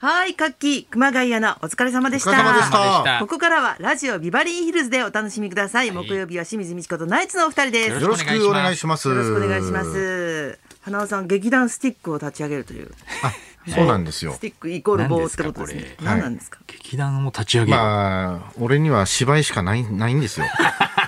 はい、カッキー熊谷アナお疲れ様でした。 お疲れ様でした。 ここからはラジオビバリーヒルズでお楽しみください。木曜日は清水美智子とナイツのお二人です。 よろしくお願いします。 よろしくお願いします。花尾さん、劇団スティックを立ち上げるという。 そうなんですよ。 スティックイコール棒ってことですね。何なんですか。 劇団を立ち上げる。 俺には芝居しかないんですよ。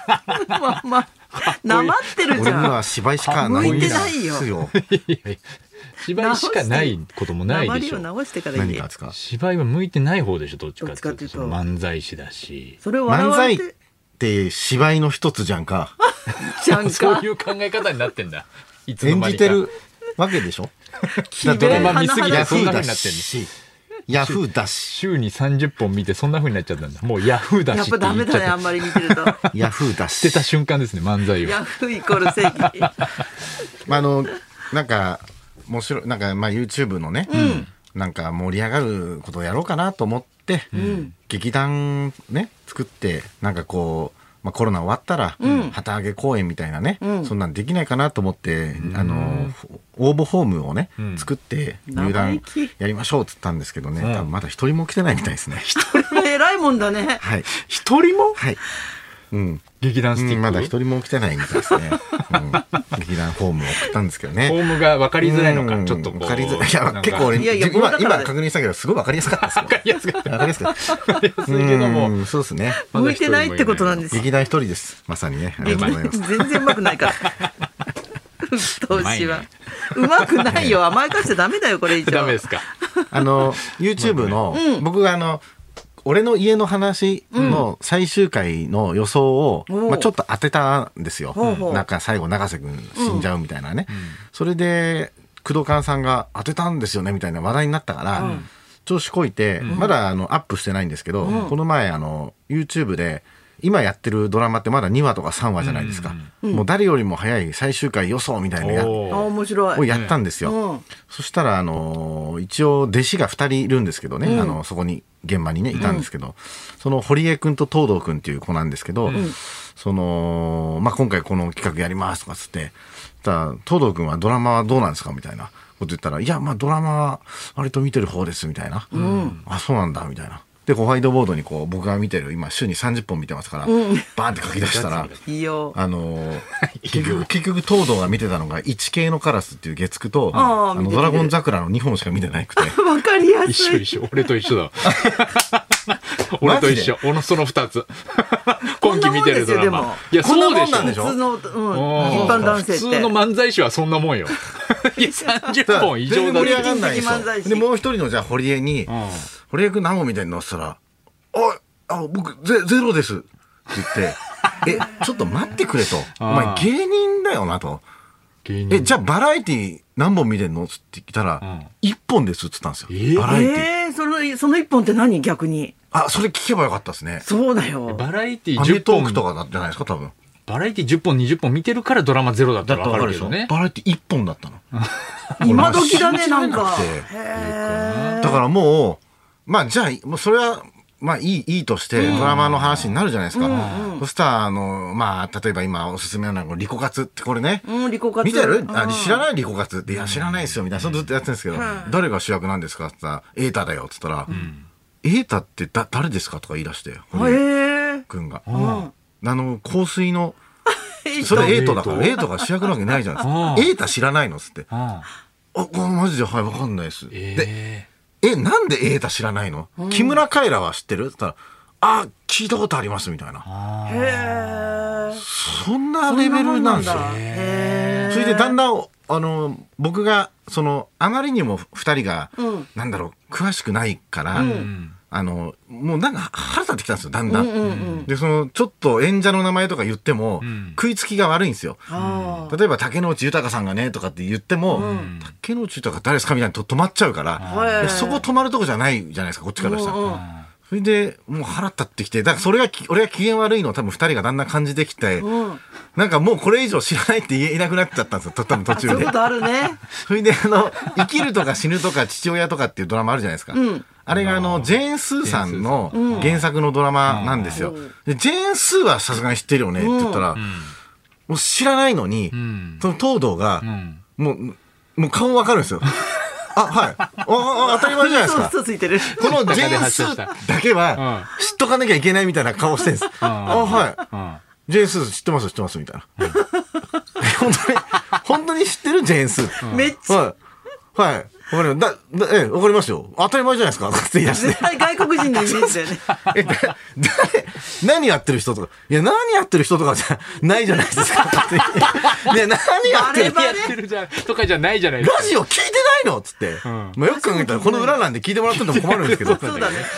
なまってるじゃん。 俺には芝居しかないんですよ。 芝居しかないこともないでしょ。 直してからいい。 何がですか。 芝居は向いてない方でしょ。どっちかっていうと漫才師だし。 漫才って芝居の一つじゃんか。 そういう考え方になってんだ。いつの間にか演じてるわけでしょ。 ドラマ見すぎてそんな風になってんの。 ヤフーだし。 週に30本見てそんな風になっちゃったんだ。もうヤフーだし。 やっぱダメだね、あんまり見てると。 ヤフーだし。 捨てた瞬間ですね、漫才を。 ヤフーイコール正義。 なんか面白い、なんかYouTube のね、なんか盛り上がることをやろうかなと思って、劇団ね作って、なんかこう。コロナ終わったら旗揚げ公演みたいなね、そんなんできないかなと思って応募フォームをね作って入団やりましょうっつったんですけどね、多分まだ一人も来てないみたいですね。 一人も偉いもんだね。 はい。 一人も？ はい。 劇団スティックまだ一人も来てないみたいですね。劇団フォームを送ったんですけどね。 フォームが分かりづらいのか、ちょっとこう。 分かりづらい。いや、結構俺今確認したけどすごい分かりやすかったですよ。 分かりやすかった。 分かりやすかった。分かりやすいけども、 そうですね。 向いてないってことなんです。 劇団一人です。まさにね。ありがとうございます。 全然うまくないから。投資はうまくないよ。甘やかしちゃダメだよこれ以上。 ダメですか。 YouTube の僕が俺の家の話の最終回の予想を、ちょっと当てたんですよ。なんか最後永瀬君死んじゃうみたいなね。それで工藤勘さんが当てたんですよねみたいな話題になったから、調子こいて、まだアップしてないんですけど、この前YouTube で今やってるドラマってまだ2話とか3話じゃないですか。もう誰よりも早い最終回予想みたいな面白いをやったんですよ。そしたら一応弟子が2人いるんですけどね、そこに現場にねいたんですけど、その堀江君と東堂君っていう子なんですけど、今回この企画やりますとかつって、東堂君はドラマはどうなんですかみたいなこと言ったら、いやドラマは割と見てる方ですみたいな、あそうなんだみたいな。でホワイトボードにこう僕が見てる今週に30本見てますから、バーンって書き出したら、 いいよ。 結局東堂が見てたのが一系のカラスっていう月9とドラゴン桜の2本しか見てなくて。 わかりやすい。 一緒俺と一緒だ。俺と一緒。その2つ。今期見てるドラマ。いやそうでしょ。 普通の一般男性って。 普通の漫才師はそんなもんよ。いや30本以上だ。 盛り上がんないでもう一人のじゃあ堀江に。堀江君何本見てんのって言ったら、僕ゼロですって言って、ちょっと待ってくれと。お前芸人だよなと。じゃあバラエティ何本見てんのって言ったら、1本ですって言ったんですよ。バラエティ。その1本って何逆に。 それ聞けばよかったですね。 そうだよ。 バラエティ10本。 アメトークとかじゃないですか多分。 バラエティ10本20本見てるからドラマゼロだったら分かるけどね。 バラエティ1本だったの。 今時だねなんか。 だからもうじゃあもうそれはいいとしてドラマの話になるじゃないですか。そしたら例えば今おすすめなのリコカツってこれね。 リコカツ見てる？知らないリコカツって。いや知らないですよみたいな。それずっとやってるんですけど、誰が主役なんですかって言ったら瑛太だよって言ったら、瑛太って誰ですかとか言い出して、君が香水のそれ瑛太だから瑛太が主役なわけないじゃないですか。瑛太知らないのっつって、マジで分かんないです。でなんで瑛太知らないの？木村カエラは知ってる？って言ったら聞いたことありますみたいな。そんなレベルなんですよ。それでだんだん僕があまりにも2人が詳しくないから、もうなんか腹立ってきたんですよだんだん。でちょっと演者の名前とか言っても、食いつきが悪いんですよ。例えば竹野内豊さんがねとかって言っても、竹野内豊誰ですかみたいに止まっちゃうから、そこ止まるとこじゃないじゃないですかこっちからしたら。それでもう腹立ってきて、だからそれが俺が機嫌悪いのを多分2人がだんだん感じてきて、なんかもうこれ以上知らないって言えなくなっちゃったんですよ多分途中で。 そういうことあるね。 それで生きるとか死ぬとか父親とかっていうドラマあるじゃないですか。あれがジェーン・スーさんの原作のドラマなんですよ。でジェーン・スーはさすがに知ってるよねって言ったら、もう知らないのに、その東堂がもう顔わかるんですよ。 はい当たり前じゃないですか。 嘘ついてる。 このジェーンスーだけは知っとかなきゃいけないみたいな顔してるんです。はいジェーンスー知ってますみたいな。本当に知ってるジェーンスー。 めっちゃはいわかりますよ。当たり前じゃないですか。って言い出して。 絶対外国人のイメージだよね。 何やってる人とか。いや、何やってる人とかじゃないじゃないですか。いや、何やってるじゃとかじゃないじゃないですか。 ラジオ聞いてないのっつって。まあよく考えたら、この裏なんで聞いてもらっても困るんですけど。 そうだね。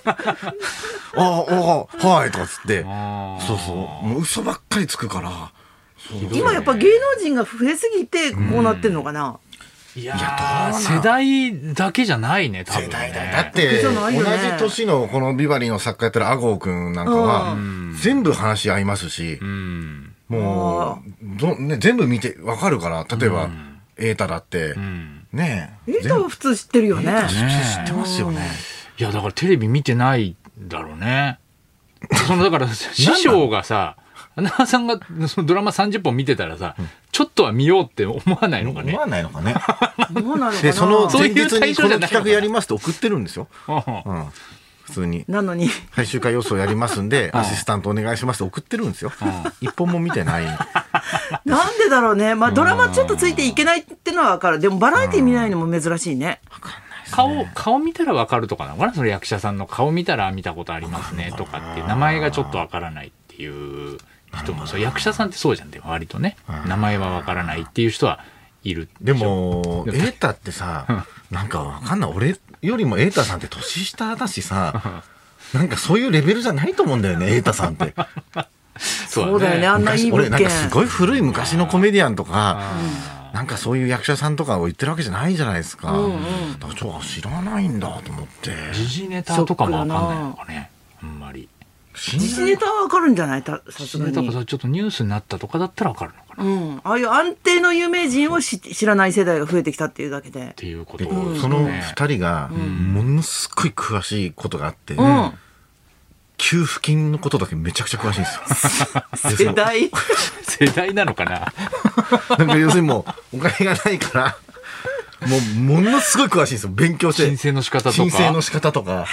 はい、とかっつって。そうそう。もう嘘ばっかりつくから。 今やっぱ芸能人が増えすぎて、こうなってんのかな。 いや世代だけじゃないね、多分ね。 世代だって、同じ年のこのビバリーの作家やってる阿郷くんなんかは、全部話し合いますし、もう、全部見てわかるから、例えば、瑛太だって、ねえ。瑛太は普通知ってるよね。 知ってますよね。 いや、だからテレビ見てないだろうね。だから、師匠がさ、花輪さんがそのドラマ30本見てたらさ、ちょっとは見ようって思わないのかね。 思わないのかね。 で、 その前日にこの企画やりますって送ってるんですよ。普通に。 なのに。 最終回予想やりますんで、アシスタントお願いしますって送ってるんですよ。一本も見てない。 なんでだろうね。まあドラマちょっとついていけないってのは分かる。でもバラエティ見ないのも珍しいね。 顔見たら分かるとかなのかな。その役者さんの顔見たら見たことありますねとかって名前がちょっと分からないっていう人もそう、役者さんってそうじゃん。でも割とね、名前は分からないっていう人はいる。 でも瑛太ってさ、なんか分かんない。俺よりも瑛太さんって年下だしさ、なんかそういうレベルじゃないと思うんだよね、瑛太さんって。 そうだよね、あんないい物件。 俺なんかすごい古い昔のコメディアンとか、なんかそういう役者さんとかを言ってるわけじゃないじゃないですか。だから知らないんだと思って。 時事ネタとかも分かんないのかね、あんまり。 時事ネタは分かるんじゃない？さすがに。 ちょっとニュースになったとかだったら分かるのかな。 ああいう安定の有名人を知らない世代が増えてきたっていうだけで。 っていうこと。 その2人がものすごい詳しいことがあって、給付金のことだけめちゃくちゃ詳しいんですよ。 世代なのかな。 なんか要するにもうお金がないから。ものすごい詳しいんですよ。勉強して。 申請の仕方とか。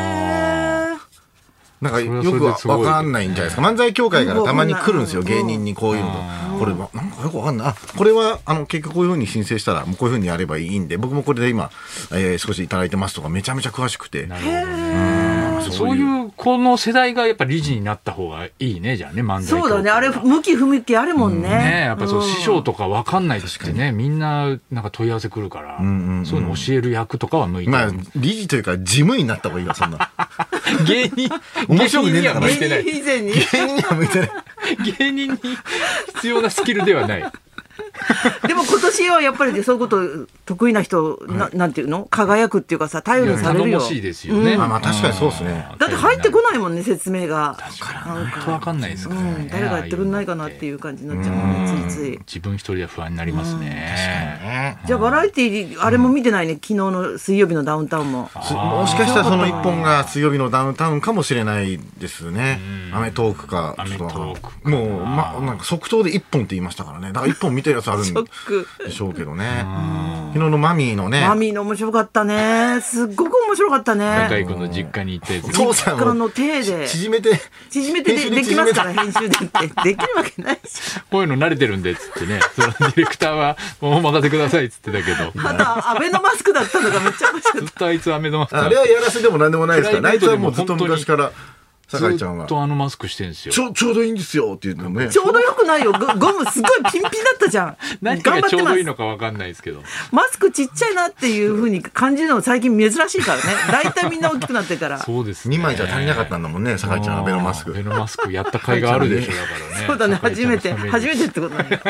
なんかよくわかんないんじゃないですか。漫才協会からたまに来るんですよ。芸人にこういうの。これはなんかよくわかんない。これは結局こういうふうに申請したらもうこういうふうにやればいいんで、僕もこれで今少しいただいてますとかめちゃめちゃ詳しくて。 そういうこの世代がやっぱ理事になった方がいいね、じゃあね、漫才協会。 そうだね、あれ向き不向きあるもんね。 やっぱそう師匠とかわかんないってね、みんななんか問い合わせ来るから、そういうの教える役とかは向いてる。 まあ理事というか事務員になった方がいいわ、そんな。 芸人面白くねえんだから。 芸人以前に芸人には向いてない。 芸人に必要なスキルではない。 でも今年はやっぱりそういうこと得意な人、なんていうの、輝くっていうかさ、頼りにされるよ。 頼もしいですよね。 まあ確かにそうですね。 だって入ってこないもんね、説明が。 本当わかんないですからね。 誰がやってくんないかなっていう感じになっちゃうもんね、ついつい。 自分一人で不安になりますね。 じゃあバラエティーあれも見てないね、昨日の水曜日のダウンタウンも。 もしかしたらその一本が水曜日のダウンタウンかもしれないですね。アメトークか。もうなんか即答で一本って言いましたからね。だから一本見てるやつあるんでしょうけどね。昨日のマミーのね。 マミーの面白かったね。すっごく面白かったね。 中居君の実家に行って、 お父さんの手で縮めてできますから編集でってできるわけないし。 こういうの慣れてるんでっつってね。そのディレクターはもうお任せくださいっつってたけど。 まだアベノマスクだったのがめっちゃ面白かった。 ずっとあいつアベノマスク。 あれはやらせでもなんでもないですから。あいつはもうずっと昔から。酒井ちゃんはずっとマスクしてんですよ。 ちょうどいいんですよって言うのね。 ちょうどよくないよ。ゴムすごいピンピンだったじゃん。 何がちょうどいいのか分かんないですけど。 マスクちっちゃいなっていう風に感じるの最近珍しいからね。大体みんな大きくなってから。 そうですね。 2枚じゃ足りなかったんだもんね、酒井ちゃんアベノマスク。 アベノマスクやった甲斐があるでしょ、だからね。 そうだね、初めてってことね。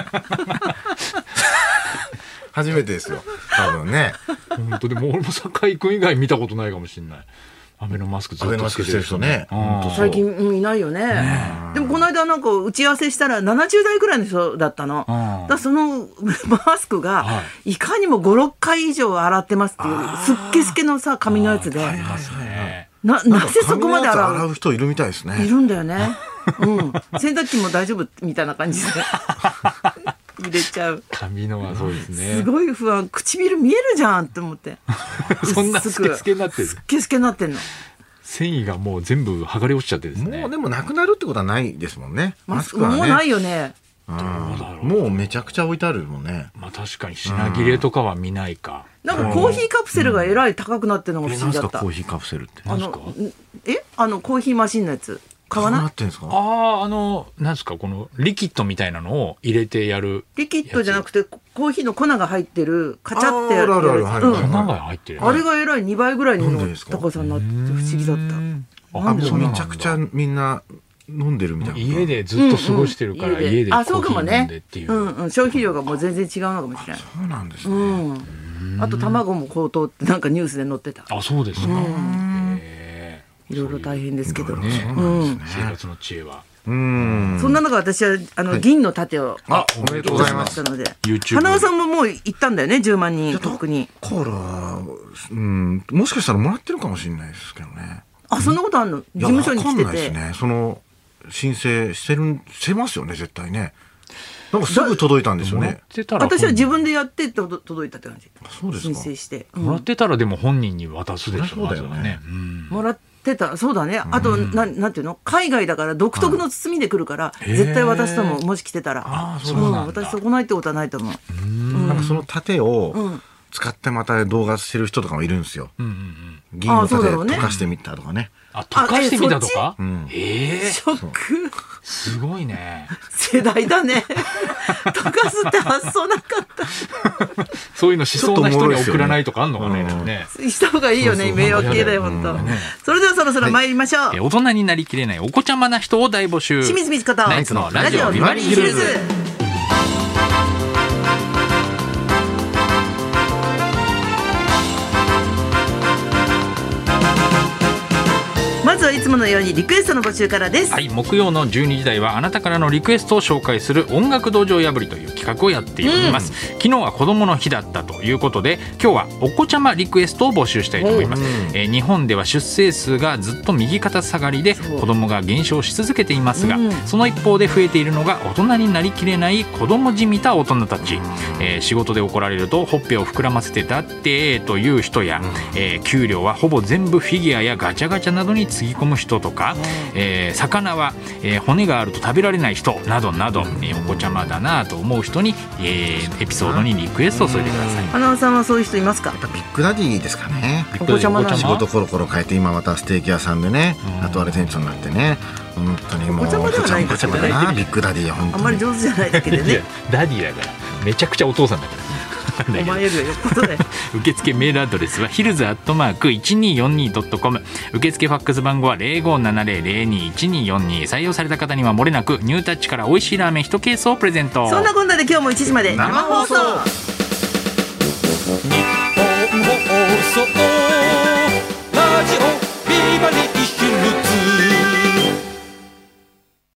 初めてですよ、多分ね。 本当でも俺も酒井君以外見たことないかもしれない。アベノマスクずっとつけてる人ね。 最近いないよね。でもこの間なんか打ち合わせしたら70代くらいの人だったの。だからそのマスクがいかにも5、6回以上洗ってますっていうすっけすけのさ紙のやつで。なぜそこまで洗う人いるみたいですね。 いるんだよね。洗濯機も大丈夫みたいな感じで。 入れちゃう。 髪のはそうですね。 すごい不安。唇見えるじゃんって思って。 そんなスケスケになってる。 スケスケになってんの。 繊維がもう全部剥がれ落ちちゃってですね。 もうでもなくなるってことはないですもんね。マスクはね。 もうないよね。 もうめちゃくちゃ置いてあるもんね。 まあ確かに品切れとかは見ないか。 なんかコーヒーカプセルがえらい高くなってるのが不思議だった。 コーヒーカプセルって。 コーヒーマシンのやつ。買わない？ ってんですか？ なんですか、このリキッドみたいなのを入れてやる。 リキッドじゃなくてコーヒーの粉が入ってるカチャってやる粉が入ってる。 あれがえらい2倍ぐらいの高さになって不思議だった。 めちゃくちゃみんな飲んでるみたいな。 家でずっと過ごしてるから家でコーヒー飲んでっていう。 消費量がもう全然違うのかもしれない。 そうなんですね。 あと卵も高騰ってなんかニュースで載ってた。 あ、そうですか。 いろいろ大変ですけどね。 生活の知恵は。 そんな中私は銀の盾をおめでとうございますので、花輪さんももう行ったんだよね、10万人特に。 だからもしかしたらもらってるかもしれないですけどね。 あ、そんなことあるの？事務所に来てて。 わかんないですね。その申請してますよね、絶対ね。なんかすぐ届いたんですよね。 私は自分でやって届いたって感じ。 そうですか。 申請して。 もらってたらでも本人に渡すでしょ。 そうだよね。 もらってた、そうだね。あとなんていうの、海外だから独特の包みで来るから絶対渡すと思う。もし来てたら。私そこないってことはないと思う。 なんかその盾を使ってまた動画してる人とかもいるんですよ。銀の盾溶かしてみたとかね。 溶かしてみたとか？ ショック。 すごいね。 世代だね。溶かすって発想なかった。 そういうのしそうな人に送らないとかあんのかね。 した方がいいよね。迷惑系だよ、本当。それではそろそろ参りましょう。 大人になりきれないお子ちゃまな人を大募集。 清水美智子とナイツのラジオビバリーヒルズ。 まずはいつものようにリクエストの募集からです。 はい、木曜の12時台はあなたからのリクエストを紹介する音楽道場破りという企画をやっております。昨日は子供の日だったということで、今日はお子ちゃまリクエストを募集したいと思います。日本では出生数がずっと右肩下がりで子供が減少し続けていますが、その一方で増えているのが大人になりきれない子供じみた大人たち。仕事で怒られるとほっぺを膨らませてだってという人や、給料はほぼ全部フィギュアやガチャガチャなどにつぎ込む人とか、魚は、骨があると食べられない人などなど、お子ちゃまだなと思う人に、エピソードにリクエストを添えてください。 花輪さんはそういう人いますか？ やっぱビッグダディですかね。 お子ちゃま仕事コロコロ変えて今またステーキ屋さんでね、あとあれ店長になってね、本当にもうお子ちゃまだな、ビッグダディは本当にあんまり上手じゃないだけでね。 ダディだからめちゃくちゃお父さんだからお前よりはよっぽどだよ。 受付メールアドレスはヒルズ@1242.com。受付ファックス番号は 0570021242。採用された方にはもれなくニュータッチから美味しいラーメン1ケースをプレゼント。 そんなこんなで今日も1時まで生放送。 日本放送